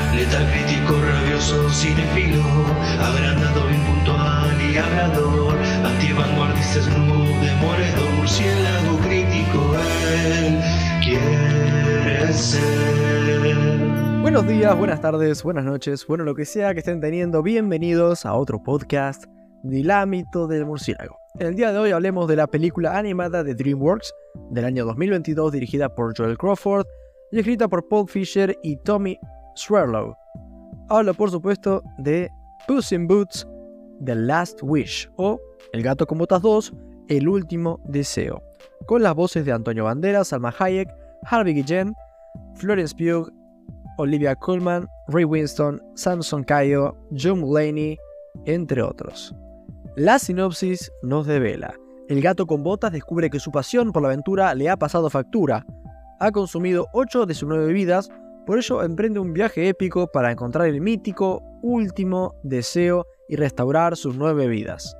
Letal, crítico, rabioso, cinéfilo, agrandado, impuntual y hablador, antivanguardista, snoop, demoledor, murciélago crítico, él quiere ser. Buenos días, buenas tardes, buenas noches, bueno, lo que sea que estén teniendo, bienvenidos a otro podcast del ámbito del murciélago. En el día de hoy hablemos de la película animada de DreamWorks del año 2022, dirigida por Joel Crawford y escrita por Paul Fisher y Tommy Swirlow. Hablo, por supuesto, de Puss in Boots: The Last Wish, o El gato con botas 2, El último deseo, con las voces de Antonio Banderas, Salma Hayek, Harvey Guillén, Florence Pugh, Olivia Colman, Ray Winston, Samson Cayo, John Mulaney, entre otros. La sinopsis nos devela: el gato con botas descubre que su pasión por la aventura le ha pasado factura. Ha consumido 8 de sus 9 vidas, por ello emprende un viaje épico para encontrar el mítico último deseo y restaurar sus 9 vidas.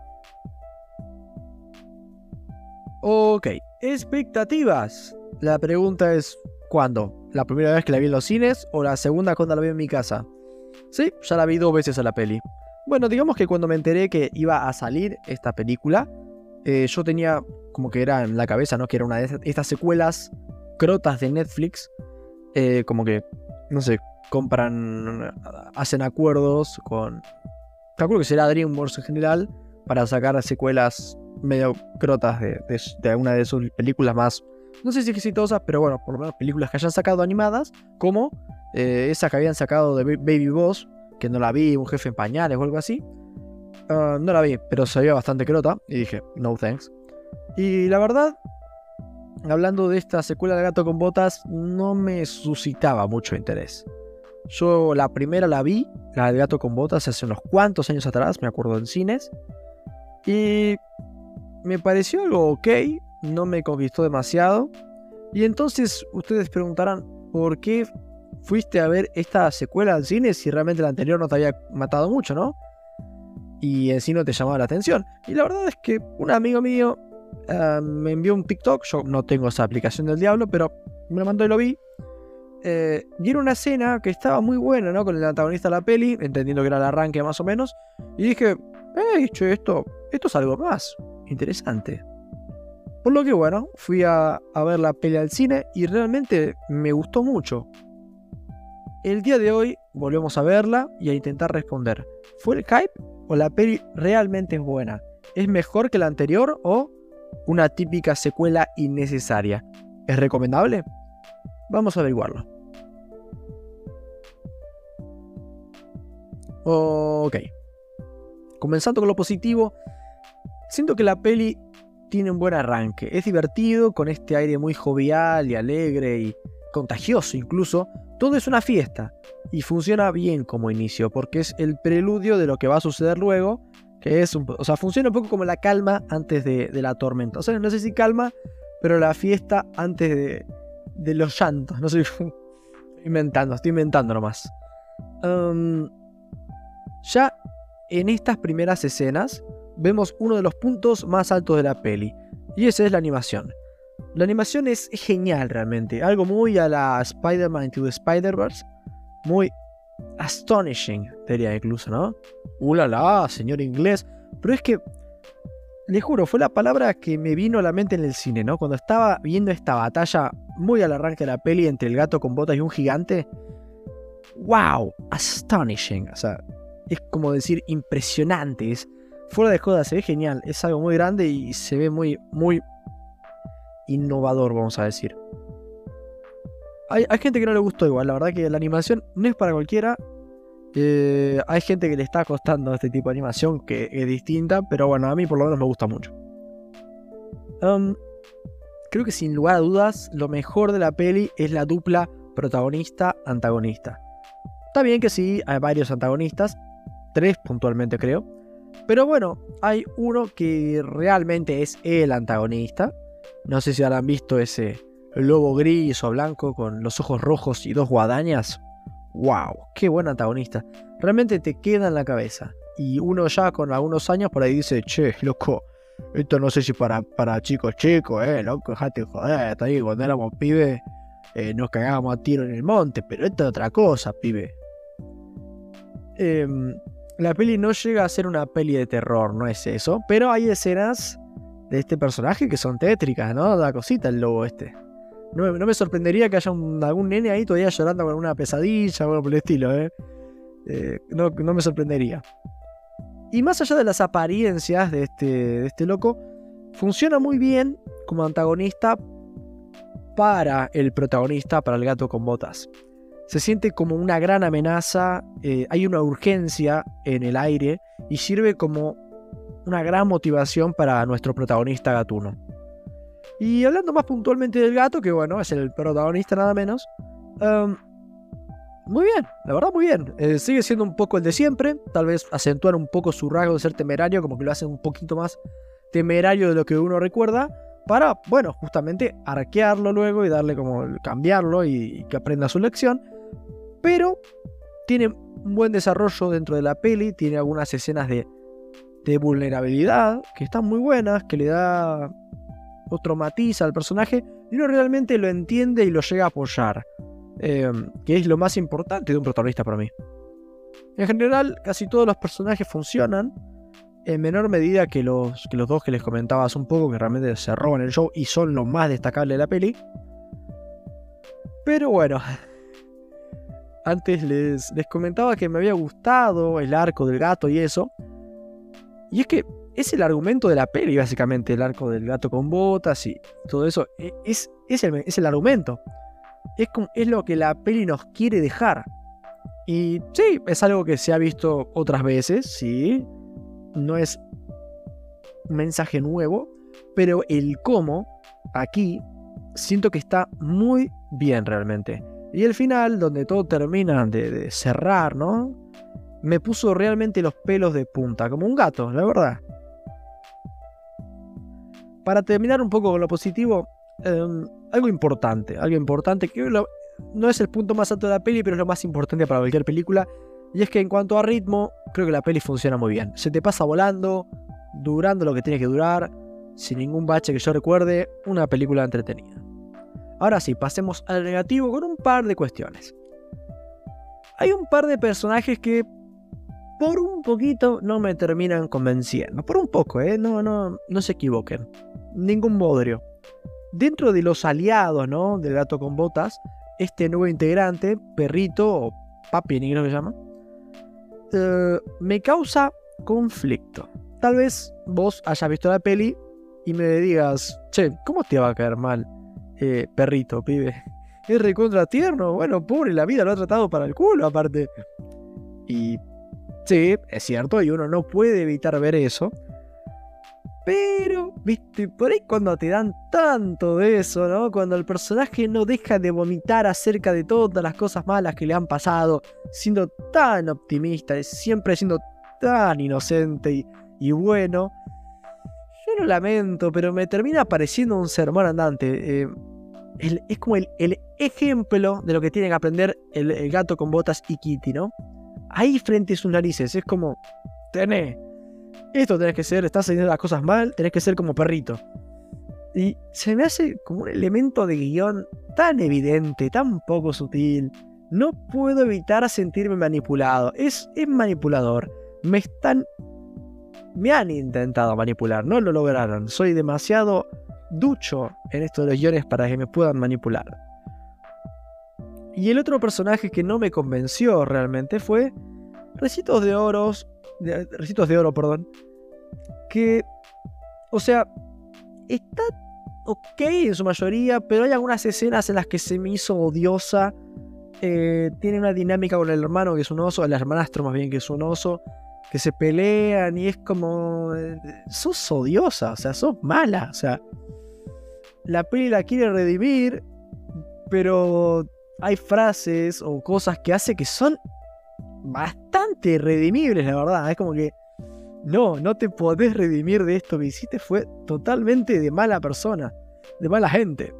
Ok, expectativas. La pregunta es: ¿cuándo? ¿La primera vez que la vi en los cines o la segunda cuando la vi en mi casa? Sí, ya la vi 2 veces a la peli. Bueno, digamos que cuando me enteré que iba a salir esta película, yo tenía como que era en la cabeza, ¿no? Que era una de estas secuelas crotas de Netflix. Como que, no sé, hacen acuerdos con... Calculo que será DreamWorks en general, para sacar secuelas medio crotas de una de sus películas más, no sé si exitosas, pero bueno, por lo menos películas que hayan sacado animadas, como esa que habían sacado de Baby Boss, que no la vi, Un jefe en pañales o algo así. No la vi, pero se veía bastante crota y dije, no thanks. Y la verdad, hablando de esta secuela de Gato con Botas, no me suscitaba mucho interés. Yo la primera la vi, la del Gato con Botas, hace unos cuantos años atrás, me acuerdo, en cines, y me pareció algo ok, no me conquistó demasiado. Y entonces ustedes preguntarán, ¿por qué fuiste a ver esta secuela al cine si realmente la anterior no te había matado mucho, ¿no? Y en sí no te llamaba la atención. Y la verdad es que un amigo mío me envió un TikTok. Yo no tengo esa aplicación del diablo, pero me lo mandó y lo vi. Y era una escena que estaba muy buena, ¿no? Con el antagonista de la peli, entendiendo que era el arranque más o menos. Y dije, che, esto es algo más interesante. Por lo que bueno, fui a ver la peli al cine y realmente me gustó mucho. El día de hoy volvemos a verla y a intentar responder: ¿fue el hype o la peli realmente es buena? ¿Es mejor que la anterior o una típica secuela innecesaria? ¿Es recomendable? Vamos a averiguarlo. Ok. Comenzando con lo positivo, siento que la peli tiene un buen arranque. Es divertido, con este aire muy jovial y alegre y contagioso incluso. Todo es una fiesta y funciona bien como inicio, porque es el preludio de lo que va a suceder luego, que es funciona un poco como la calma antes de la tormenta. O sea, no sé si calma, pero la fiesta antes de los llantos. No sé, estoy inventando nomás. Ya en estas primeras escenas vemos uno de los puntos más altos de la peli, y esa es la animación. La animación es genial realmente, algo muy a la Spider-Man Into the Spider-Verse, muy astonishing, diría incluso, ¿no? ¡Ulala, señor inglés! Pero es que, les juro, fue la palabra que me vino a la mente en el cine, ¿no? Cuando estaba viendo esta batalla muy al arranque de la peli entre el gato con botas y un gigante. ¡Wow! Astonishing, o sea, es como decir impresionante, es fuera de joda, se ve genial, es algo muy grande y se ve muy, muy innovador, vamos a decir. Hay gente que no le gustó igual, la verdad que la animación no es para cualquiera. Hay gente que le está costando este tipo de animación, que es distinta, pero bueno, a mí por lo menos me gusta mucho. Creo que sin lugar a dudas, lo mejor de la peli es la dupla protagonista-antagonista. Está bien que sí, hay varios antagonistas, 3 puntualmente creo, pero bueno, hay uno que realmente es el antagonista. No sé si habrán visto ese lobo gris o blanco con los ojos rojos y 2 guadañas. ¡Wow! ¡Qué buen antagonista! Realmente te queda en la cabeza. Y uno ya con algunos años por ahí dice, che, loco, esto no sé si para chicos, loco, dejate joder. Hasta ahí cuando éramos pibes nos cagábamos a tiro en el monte, pero esto es otra cosa, pibe. La peli no llega a ser una peli de terror, no es eso. Pero hay escenas de este personaje que son tétricas, ¿no? Da cosita el lobo este. No me sorprendería que haya algún nene ahí todavía llorando con una pesadilla o algo por el estilo, ¿eh? No me sorprendería. Y más allá de las apariencias de este loco, funciona muy bien como antagonista para el protagonista, para el gato con botas. Se siente como una gran amenaza, hay una urgencia en el aire y sirve como una gran motivación para nuestro protagonista gatuno. Y hablando más puntualmente del gato, que bueno, es el protagonista nada menos, muy bien, la verdad muy bien. Sigue siendo un poco el de siempre, tal vez acentuar un poco su rasgo de ser temerario, como que lo hace un poquito más temerario de lo que uno recuerda, para, bueno, justamente arquearlo luego y darle como cambiarlo y que aprenda su lección. Pero tiene un buen desarrollo dentro de la peli, tiene algunas escenas de vulnerabilidad que están muy buenas, que le da otro matiz al personaje y uno realmente lo entiende y lo llega a apoyar, que es lo más importante de un protagonista para mí. En general, casi todos los personajes funcionan, en menor medida que los dos que les comentaba hace un poco, que realmente se roban el show y son lo más destacable de la peli. Pero bueno, antes les comentaba que me había gustado el arco del gato y eso. Y es que es el argumento de la peli, básicamente, el arco del gato con botas y todo eso. Es el argumento. Es lo que la peli nos quiere dejar. Y sí, es algo que se ha visto otras veces, sí. No es un mensaje nuevo, pero el cómo, aquí, siento que está muy bien realmente. Y el final, donde todo termina de cerrar, ¿no? Me puso realmente los pelos de punta, como un gato, la verdad. Para terminar un poco con lo positivo, algo importante que no es el punto más alto de la peli, pero es lo más importante para cualquier película. Y es que en cuanto a ritmo, creo que la peli funciona muy bien. Se te pasa volando, durando lo que tiene que durar, sin ningún bache que yo recuerde, una película entretenida. Ahora sí, pasemos al negativo con un par de cuestiones. Hay un par de personajes que por un poquito no me terminan convenciendo. Por un poco, no se equivoquen. Ningún bodrio. Dentro de los aliados, ¿no?, del gato con botas, este nuevo integrante, Perrito, o Papi en inglés se llama, me causa conflicto. Tal vez vos hayas visto la peli y me digas, che, ¿cómo te va a caer mal Perrito, pibe? Es recontra tierno, bueno, pobre, la vida lo ha tratado para el culo aparte. Y sí, es cierto, y uno no puede evitar ver eso. Pero, viste, por ahí cuando te dan tanto de eso, ¿no? Cuando el personaje no deja de vomitar acerca de todas las cosas malas que le han pasado, siendo tan optimista, siempre siendo tan inocente y bueno, yo lo lamento, pero me termina pareciendo un sermón andante. Es como el ejemplo de lo que tienen que aprender el gato con botas y Kitty, ¿no? Ahí frente a sus narices, es como, esto tenés que ser, estás haciendo las cosas mal, tenés que ser como Perrito. Y se me hace como un elemento de guión tan evidente, tan poco sutil. No puedo evitar sentirme manipulado. Es manipulador. Me han intentado manipular, no lo lograron. Soy demasiado ducho en esto de los guiones para que me puedan manipular. Y el otro personaje que no me convenció realmente fue Recitos de Oro, que, o sea, está ok en su mayoría, pero hay algunas escenas en las que se me hizo odiosa. Tiene una dinámica con el hermano, que es un oso, el hermanastro más bien, que es un oso, que se pelean y es como, sos odiosa, o sea, sos mala, o sea, la peli la quiere redimir, pero hay frases o cosas que hace que son bastante redimibles, la verdad. Es como que no te podés redimir de esto que hiciste, fue totalmente de mala persona, de mala gente.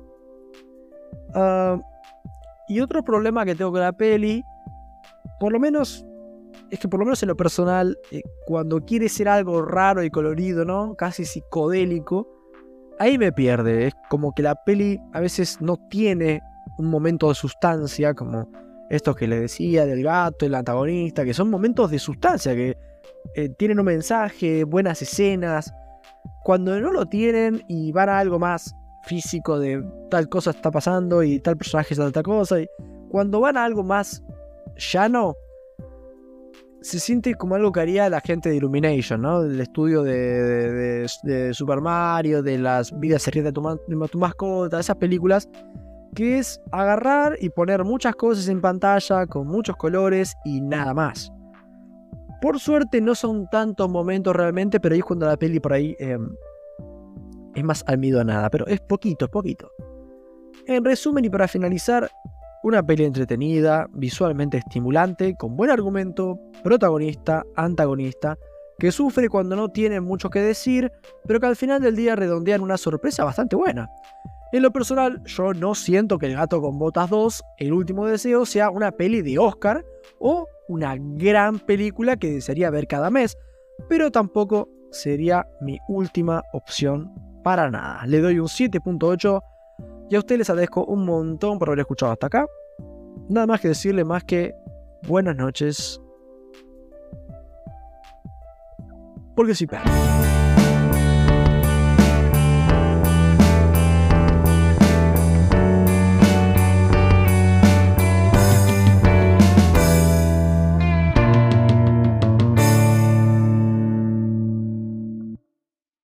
Y otro problema que tengo con la peli, por lo menos en lo personal, cuando quiere ser algo raro y colorido, ¿no?, casi psicodélico, ahí me pierde. Es como que la peli a veces no tiene un momento de sustancia, como estos que les decía, del gato, el antagonista, que son momentos de sustancia, que tienen un mensaje, buenas escenas. Cuando no lo tienen y van a algo más físico de tal cosa está pasando y tal personaje es tal cosa, y cuando van a algo más llano, se siente como algo que haría la gente de Illumination, ¿no? Del estudio de Super Mario, de las vidas secretas de tu mascota, esas películas, que es agarrar y poner muchas cosas en pantalla con muchos colores y nada más. Por suerte no son tantos momentos realmente, pero ahí es cuando la peli por ahí es más almidonada, pero es poquito, es poquito. En resumen y para finalizar, una peli entretenida, visualmente estimulante, con buen argumento, protagonista, antagonista, que sufre cuando no tiene mucho que decir, pero que al final del día redondean una sorpresa bastante buena. En lo personal, yo no siento que El gato con botas 2, El último deseo, sea una peli de Oscar o una gran película que desearía ver cada mes, pero tampoco sería mi última opción para nada. Le doy un 7.8 y a ustedes les agradezco un montón por haber escuchado hasta acá. Nada más que decirle más que buenas noches, porque soy perro.